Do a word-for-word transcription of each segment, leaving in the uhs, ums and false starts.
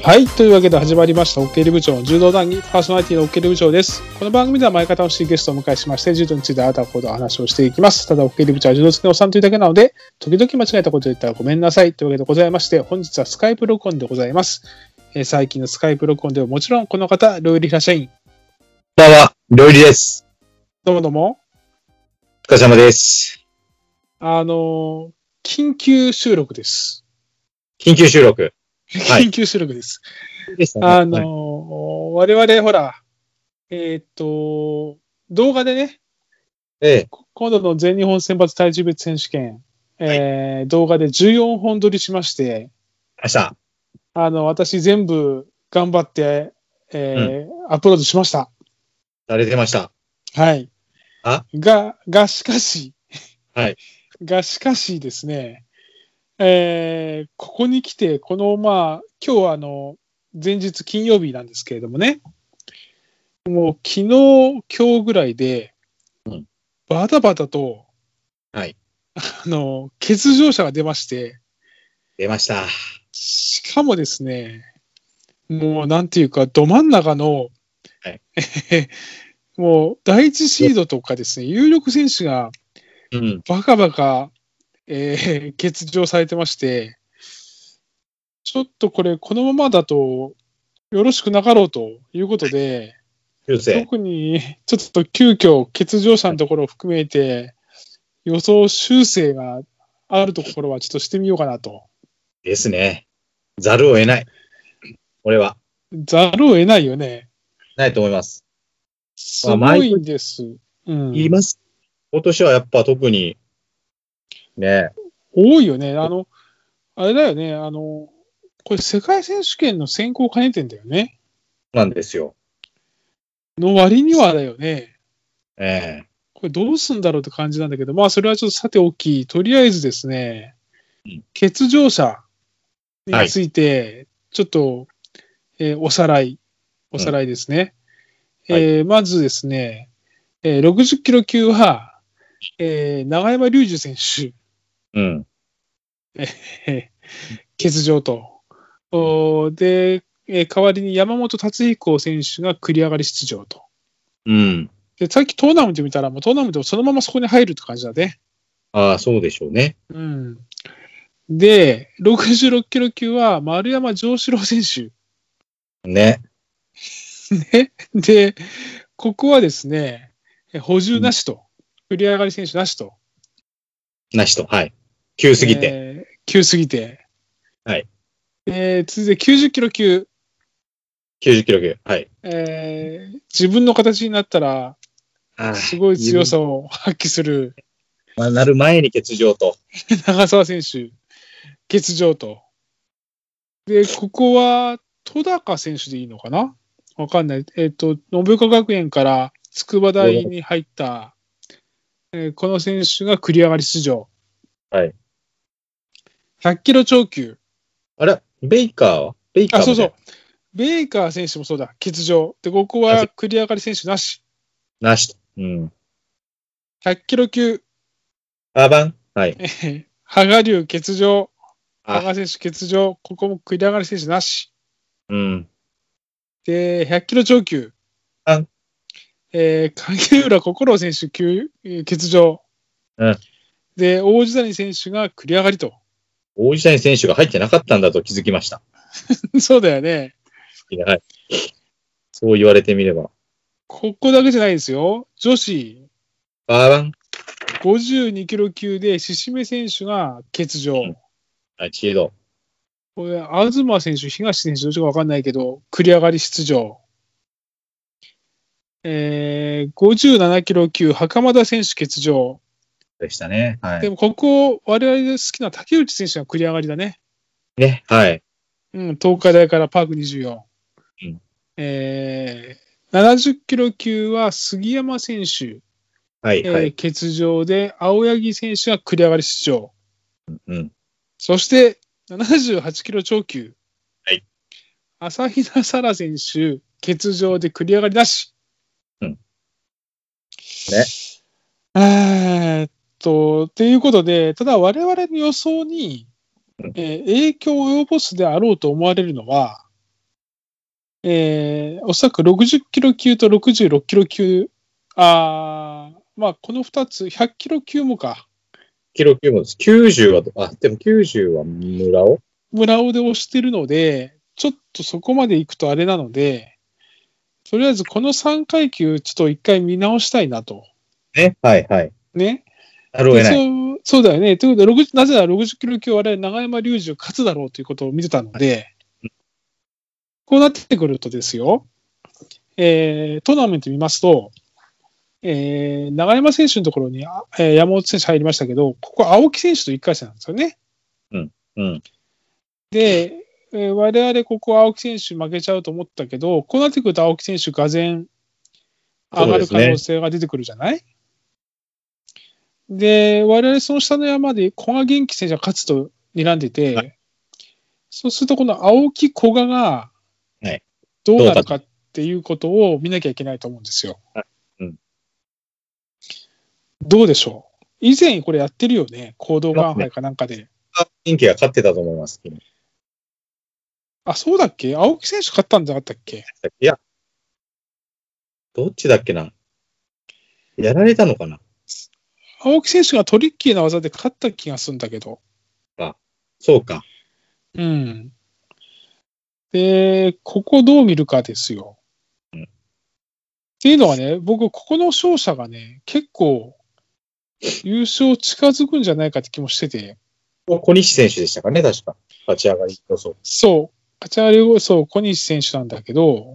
はい、というわけで始まりました OK 部長の柔道談義、パーソナリティの OK 部長です。この番組では毎回楽しいゲストをお迎えしまして柔道についてあなたほど話をしていきます。ただ OK 部長は柔道好きのおっさんというだけなので時々間違えたことを言ったらごめんなさいというわけでございまして、本日はスカイプ録音でございます。えー、最近のスカイプ録音ではもちろんこの方、ロイリラ社員。 こんばんは、ロイリです。 どうもどうも。 お疲れ様です。 あのー、緊急収録です。 緊急収録。 はい、緊急収録です。 ですね、 あのーはい、我々ほら、えー、っと、動画でね、 ええ、 今度の全日本選抜体重別選手権、えーはい、動画でじゅうよんほん撮りしまして、 明日あの、私全部頑張って、えーうん、アップロードしました。 されてました。 はい。 あが、が、しかし、 はい。 が、しかしですね、えー、ここに来て、この、まあ、今日はあの、前日金曜日なんですけれどもね、もう昨日、今日ぐらいで、うん、バタバタと、 はい。 あの、欠場者が出まして。 出ました。 しかもですね、もうなんていうか、ど真ん中の、はい、もう第一シードとかですね、有力選手が、バカバカ、えー、欠場されてまして、ちょっとこれ、このままだとよろしくなかろうということで、特にちょっと急遽欠場者のところを含めて、予想修正があるところはちょっとしてみようかなと。 ですね。ざるを得ない。俺は。 ざるを得ないよね。 ないと思います。 すごいんです。 うん、言います。今年はやっぱ特に、ね。 多いよね。あの、あれだよね。あの、これ世界選手権の選考兼ねてんだよね。 なんですよ。 の割にはだよね。 ええ。 これどうすんだろうって感じなんだけど、まあそれはちょっとさておき、とりあえずですね、欠場者について、ちょっと、はい、えー、おさらい、おさらいですね。うん、えーはい、まずですね、えー、ろくじゅっキロ級は、えー、永山隆二選手。 うん。 えー、欠場と。で、えー、代わりに山本達彦選手が繰り上がり出場と。 うん。 で、さっきトーナメント見たら、もうトーナメントそのままそこに入るって感じだね。 ああ、そうでしょうね。 うん。で、ろくじゅうろっキロ級は丸山城志郎選手。 ね。 ね。で、ここはですね、補充なしと。繰り上がり選手なしと。 なしと、はい。急すぎて。 えー、急すぎて。 はい。 えー、続いてきゅうじゅっキロ級。 きゅうじゅっキロ級。はい。 えー、自分の形になったら、すごい強さを発揮する。 まあ、なる前に欠場と。 長澤選手、欠場と。で、ここは、戸高選手でいいのかなわかんない。えっ、ー、と、信岡学園から筑波大に入った、えー、この選手が繰り上がり出場。 はい。 ひゃっキロ超級。 あれベイカーはベイカーあ、そうそう。ベイカー選手もそうだ。欠場。で、ここは繰り上がり選手なし。 なし。うん。 ひゃっキロ級。 アーバンはい。 羽賀龍欠場。羽賀選手欠場。ここも繰り上がり選手なし。 うん。 で、ひゃっキロ超級。 あえー、影浦心選手級、欠場。 うん。 で、大地谷選手が繰り上がりと。 大地谷選手が入ってなかったんだと気づきました。 そうだよね。 はい。そう言われてみれば。 ここだけじゃないですよ。女子。 バーバンごじゅうにキロ級で、獅子目選手が欠場。うん、 はい、チード。 これ、東選手、東選手、どっちかわかんないけど、繰り上がり出場。えー、ごじゅうななキロ級、袴田選手欠場。 でしたね。はい。 でも、ここ、我々で好きな竹内選手が繰り上がりだね。 ね、はい。 うん、東海大からパークにじゅうよん。うん、えー、ななじゅっキロ級は杉山選手。はい、はい。えー、欠場で、青柳選手が繰り上がり出場。うん。そして、ななじゅうはちキロ超級。はい。朝比奈沙羅選手、欠場で繰り上がりなし。うん。ね。えーっと、ということで、ただ我々の予想に、えー、影響を及ぼすであろうと思われるのは、 えー、おそらくろくじゅっキロ級とろくじゅうろっキロ級、あまあ、このふたつ、ひゃっキロ級もか。 キロ級もです。きゅうじゅうは、あ、でもきゅうじゅうは村尾村尾で押してるので、ちょっとそこまで行くとあれなので、とりあえずこのさん階級、ちょっと一回見直したいなと。 ね。はいはい。 ね。 なるほどね。 そう、そうだよね。ということで、なぜならろくじゅっキロ級はあれ、長山隆二勝つだろうということを見てたので、はい、こうなってくるとですよ、えー、トーナメント見ますと、えー、長山選手のところに、えー、山本選手入りましたけど、ここ青木選手といっかい戦なんですよね。 うんうん、 で、えー、我々ここ青木選手負けちゃうと思ったけど、こうなってくると青木選手がぜ上がる可能性が出てくるじゃない？で、我々その下の山で古賀元気選手が勝つと睨んでて、はい、そうするとこの青木古賀がどうなるかっていうことを見なきゃいけないと思うんですよ。はいうん、どうでしょう？以前これやってるよね、行動岩杯かなんかで。 元気が勝ってたと思います。 あ、そうだっけ？青木選手勝ったんじゃなかったっけ？ いや、どっちだっけな。やられたのかな。 青木選手がトリッキーな技で勝った気がするんだけど。 あ、そうか。 うん。で、ここどう見るかですよ。うん、っていうのはね、僕、ここの勝者がね、結構、優勝近づくんじゃないかって気もしてて。 小西選手でしたかね、確か。勝ち上がり予想。 そう。勝ち上がり予想、小西選手なんだけど。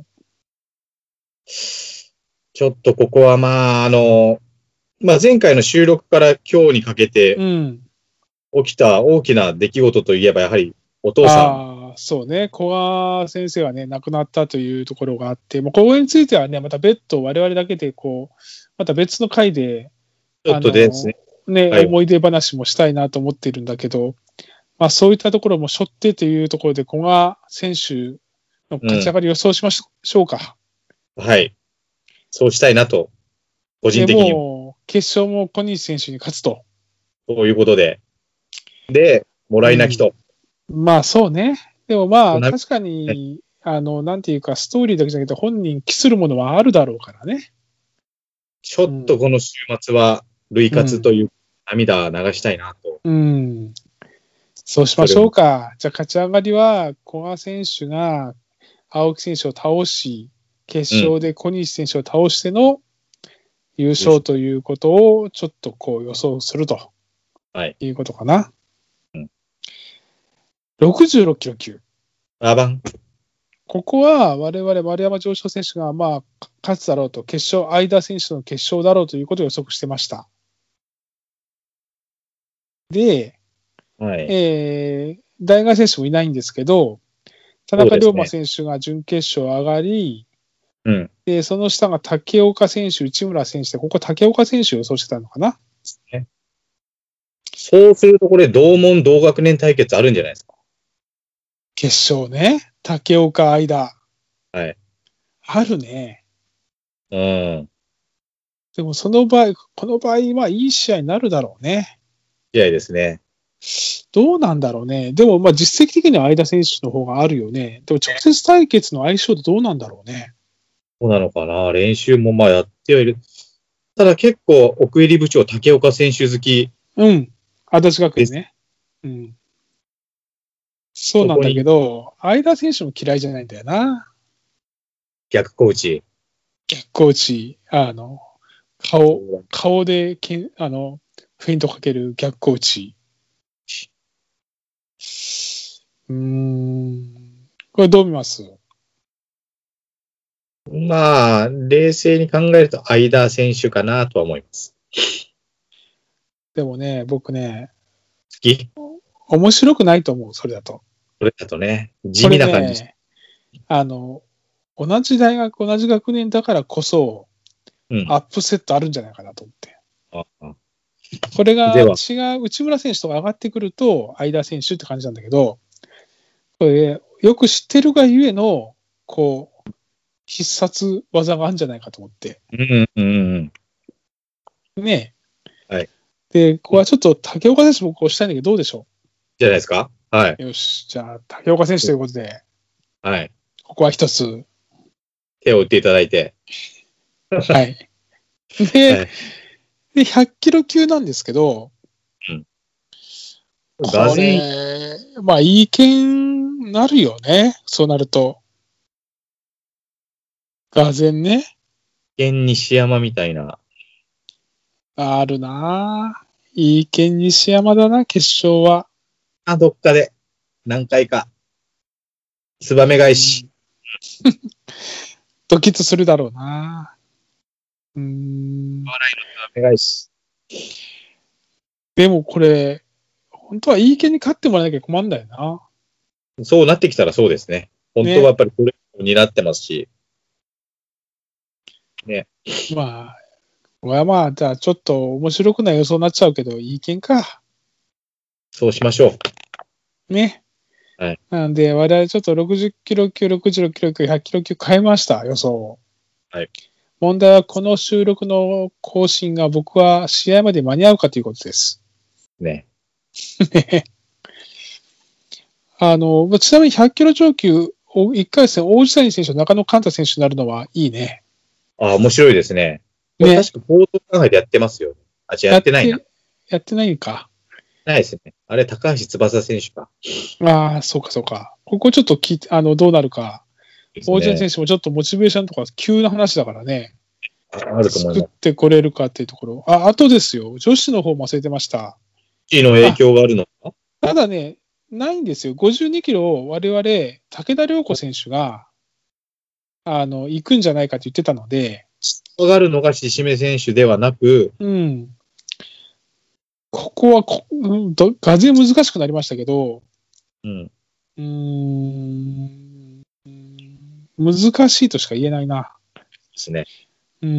ちょっとここはまあ、あの、まあ、前回の収録から今日にかけて、起きた大きな出来事といえば、やはりお父さん。 ああ、そうね。古賀先生がね、亡くなったというところがあって、もうこれについてはね、また別途我々だけで、こう、また別の回で、 ちょっとですね。 ね、はい、思い出話もしたいなと思っているんだけど、まあそういったところも背負ってというところで、古賀選手の勝ち上がり予想しましょうか。 うん、はい。そうしたいなと、個人的にもう、決勝も小西選手に勝つと。 そういうことで。で、もらい泣きと。 うん、まあそうね。でもまあ確かに、あの、なんていうか、ストーリーだけじゃなくて本人期するものはあるだろうからね。 ちょっとこの週末は、類活という涙流したいなと。 うん。うんそうしましょうか。じゃあ、勝ち上がりは、古賀選手が青木選手を倒し、決勝で小西選手を倒しての優勝ということをちょっとこう予想するということかな。はいうん、ろくじゅうろっキロ級。 あばん。 ここは我々丸山上昇選手がまあ勝つだろうと、決勝、相田選手の決勝だろうということを予測してました。で、はいえー、大学選手もいないんですけど、田中龍馬選手が準決勝上がり、そ,、ねうん、でその下が竹岡選手、内村選手で、ここ竹岡選手を予想してたのかな。 そうするとこれ、同門同学年対決あるんじゃないですか。 決勝ね。竹岡間。 はい。 あるね。 うん。 でもその場合、この場合はいい試合になるだろうね。 試合ですね。 どうなんだろうね。でもまあ実績的には相田選手の方があるよね。でも直接対決の相性ってどうなんだろうね。 そうなのかな。練習もまあやってはいる。ただ結構奥入部長、竹岡選手好き。 うん。足立学園ね。うん。そうなんだけど、相田選手も嫌いじゃないんだよな。 逆コーチ。 逆コーチ。あの、顔、顔でけん、あの、フェイントかける逆コーチ。うーん。これどう見ます？ まあ、冷静に考えると相田選手かなとは思います。 でもね、僕ね、 好き？ 面白くないと思う、それだと。 それだとね、地味な感じ。 ね、あの、同じ大学、同じ学年だからこそ、うん、アップセットあるんじゃないかなと思って。ああこれが違う、内村選手とか上がってくると、相田選手って感じなんだけど、これよく知ってるがゆえの、こう、必殺技があるんじゃないかと思って。 うんうんうん。 ねえ。はい。 で、ここはちょっと竹岡選手もこうしたいんだけど、どうでしょう？ じゃないですか？はい。 よし。じゃあ、竹岡選手ということで。 はい。 ここは一つ、 手を打っていただいて。 はい。で、はい、で、ひゃっキロ級なんですけど、うん、これ、まあ、いい剣なるよね。そうなると。がぜんね。 剣西山みたいな。 あるなぁ。いい剣西山だな、決勝は。 あ、どっかで。何回か。ツバメ返し。 ドキッとするだろうな。うーん。 笑いのツバメ返し。 でもこれ、本当はいい剣に勝ってもらわなきゃ困るんだよな。 そうなってきたらそうですね。本当はやっぱりこれになってますし。ね。 まあ、これはまあ、じゃあちょっと面白くない予想になっちゃうけど、いい剣か。 そうしましょう。ね。 はい。 なんで、我々ちょっとろくじゅっキロ級、ろくじゅうろくキロ級、ひゃっキロ級変えました、予想を。 はい。 問題はこの収録の更新が僕は試合まで間に合うかということです。 ね。 ね。あの、ちなみにひゃっキロ超級、いっかい戦、大地谷選手と中野寛太選手になるのはいいね。 ああ、面白いですね。ね、確か報道考えてやってますよ。あ、違う、やってないな。 やってないか。 ないですね。あれ、高橋翼選手か。 ああ、そうかそうか。ここちょっと聞いて、あの、どうなるか。ね、大地谷選手もちょっとモチベーションとか急な話だからね。 あると思います。 作ってこれるかっていうところ。あ、あとですよ。女子の方も忘れてました。 女子の影響があるのか？ ただね、ないんですよ。ごじゅうにキロを我々、武田良子選手が、あの、行くんじゃないかと言ってたので。 上がるのがししめ選手ではなく、 うん。ここはこ、うん、がぜ難しくなりましたけど、うん。うーん、難しいとしか言えないな。 ですね。 うん。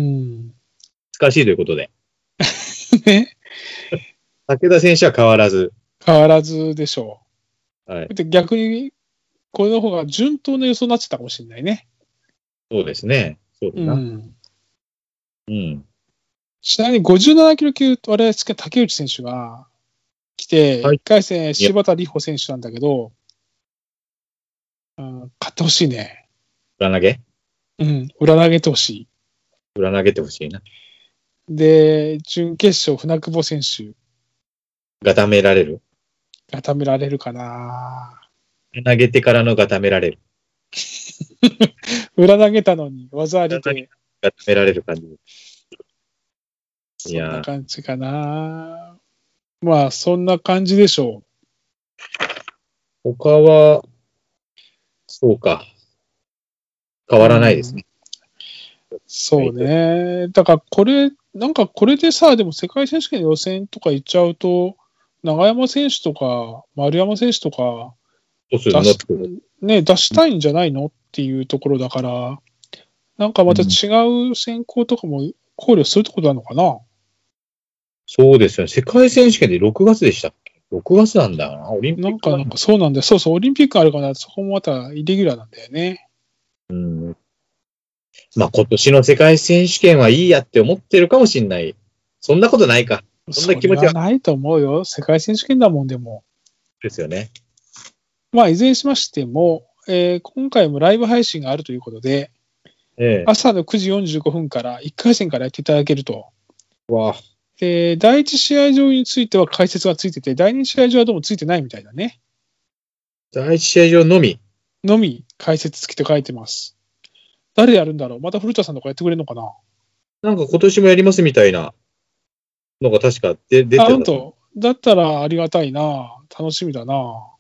難しいということで。 ね。 武田選手は変わらず。 変わらずでしょう。はい。 で逆に、これの方が順当な予想になってたかもしれないね。 そうですね。そうだな。うん。 うん。ちなみにごじゅうななキロ級、我々竹内選手が来て、はい、いっかい戦、柴田里穂選手なんだけど、うん、勝ってほしいね。 裏投げ？ うん、裏投げてほしい。 裏投げてほしいな。 で、準決勝、船久保選手。 がためられる？ がためられるかな。 投げてからのがためられる。 裏投げたのに、技ありで。 がためられる感じ。 そんな感じかな。まあ、そんな感じでしょう。他は、そうか。変わらないですね。 うん、そうね。だから、これ、なんかこれでさ、でも世界選手権予選とか行っちゃうと、永山選手とか、丸山選手とか出し、ね、出したいんじゃないのっていうところだから、なんかまた違う選考とかも考慮するってことなのかな、うん、 そうですよね。世界選手権でろくがつでしたっけ？ ろく 月なんだよな。オリンピック。 なんか、なんかそうなんだよ。そうそう、オリンピックあるから、そこもまたイレギュラーなんだよね。 うん。まあ今年の世界選手権はいいやって思ってるかもしれない。そんなことないか。そんな気持ちは。 それはないと思うよ。世界選手権だもんでも。 ですよね。 まあ、いずれにしましても、えー、今回もライブ配信があるということで、ええ、朝のくじよんじゅうごふんからいっかい戦からやっていただけると。 わあ。 で、だいいち試合場については解説がついてて、だいに試合場はどうもついてないみたいだね。 だいいち試合場のみのみ解説付きと書いてます。誰やるんだろう？また古田さんとかやってくれるのかな？ なんか今年もやりますみたいなのが確か出てた。 あ、ほんと。だったらありがたいな。楽しみだな。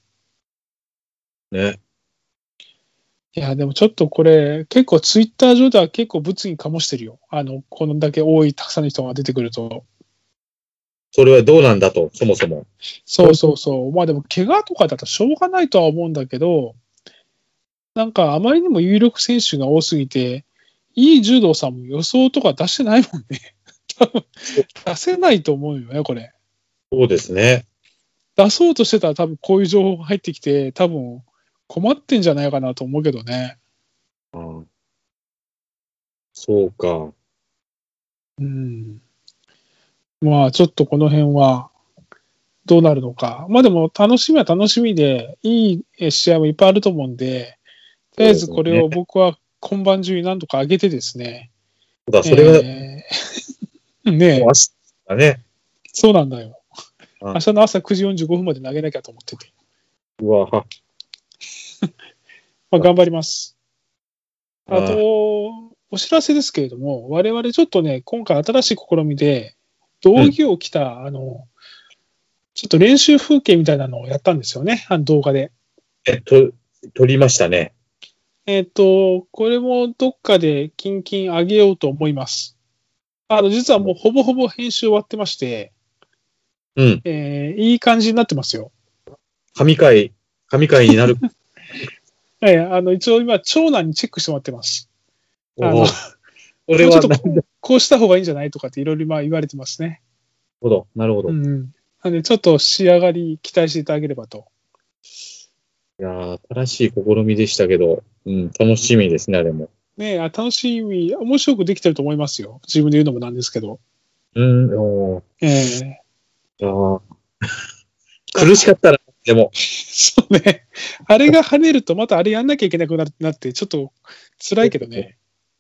ね。 いや、でもちょっとこれ、結構ツイッター上では結構物議醸してるよ。あの、このだけ多い、たくさんの人が出てくると。 それはどうなんだと、そもそも。 そうそうそう。まあでも、怪我とかだとしょうがないとは思うんだけど、なんかあまりにも有力選手が多すぎて、いい柔道さんも予想とか出してないもんね。多分出せないと思うよね、これ。 そうですね。 出そうとしてたら多分こういう情報が入ってきて、多分困ってんじゃないかなと思うけどね。 ああ、そうか。 うん。まあちょっとこの辺はどうなるのか。まあでも楽しみは楽しみで、いい試合もいっぱいあると思うんで、とりあえずこれを僕は今晩中に何とか上げてですね。 そうだ、それが、 えー、ねえ。 明日だね。 そうなんだよ。明日の朝くじよんじゅうごふんまで投げなきゃと思ってて。 うわは。 まあ、頑張ります。あと、お知らせですけれども、我々ちょっとね、今回新しい試みで、道着を着た、うん、あの、ちょっと練習風景みたいなのをやったんですよね、あの動画で。 えっと、撮りましたね。 えっと、これもどっかでキンキン上げようと思います。あの、実はもうほぼほぼ編集終わってまして、 うん。 えー、いい感じになってますよ。 神回、神回になる。 ええ、あの、一応今、長男にチェックしてもらってます。あの、 俺はちょっとこうした方がいいんじゃないとかっていろいろ言われてますね。 なるほど、なるほど。 うん。なんで、ちょっと仕上がり期待していただければと。 いやー、新しい試みでしたけど、うん、楽しみですね、あれも。 ねえ、楽しみ、面白くできてると思いますよ。自分で言うのもなんですけど。 うん、おええー。あ苦しかったら、でも。 そうね。あれが跳ねると、またあれやんなきゃいけなくなって、ちょっと辛いけどね。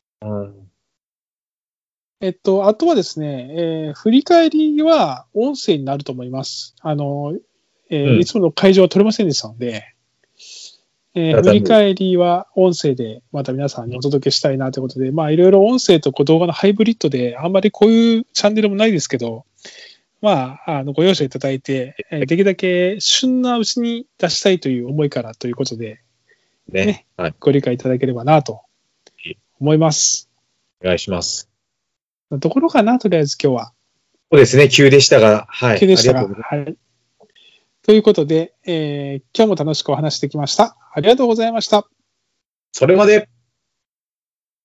えっと、あとはですね、えー、振り返りは音声になると思います。あの、えーうん、いつもの会場は取れませんでしたので、えー、振り返りは音声でまた皆さんにお届けしたいなということで、まあいろいろ音声とこう動画のハイブリッドで、あんまりこういうチャンネルもないですけど、まあ、あのご容赦いただいて、えー、できるだけ旬なうちに出したいという思いからということで、ね、ねはい、ご理解いただければなと思います。 お願いします。 ところかな、とりあえず今日は。 そうですね、急でしたが、はい。 急でしたが、はい。ということで、えー、今日も楽しくお話できました。ありがとうございました。 それまで。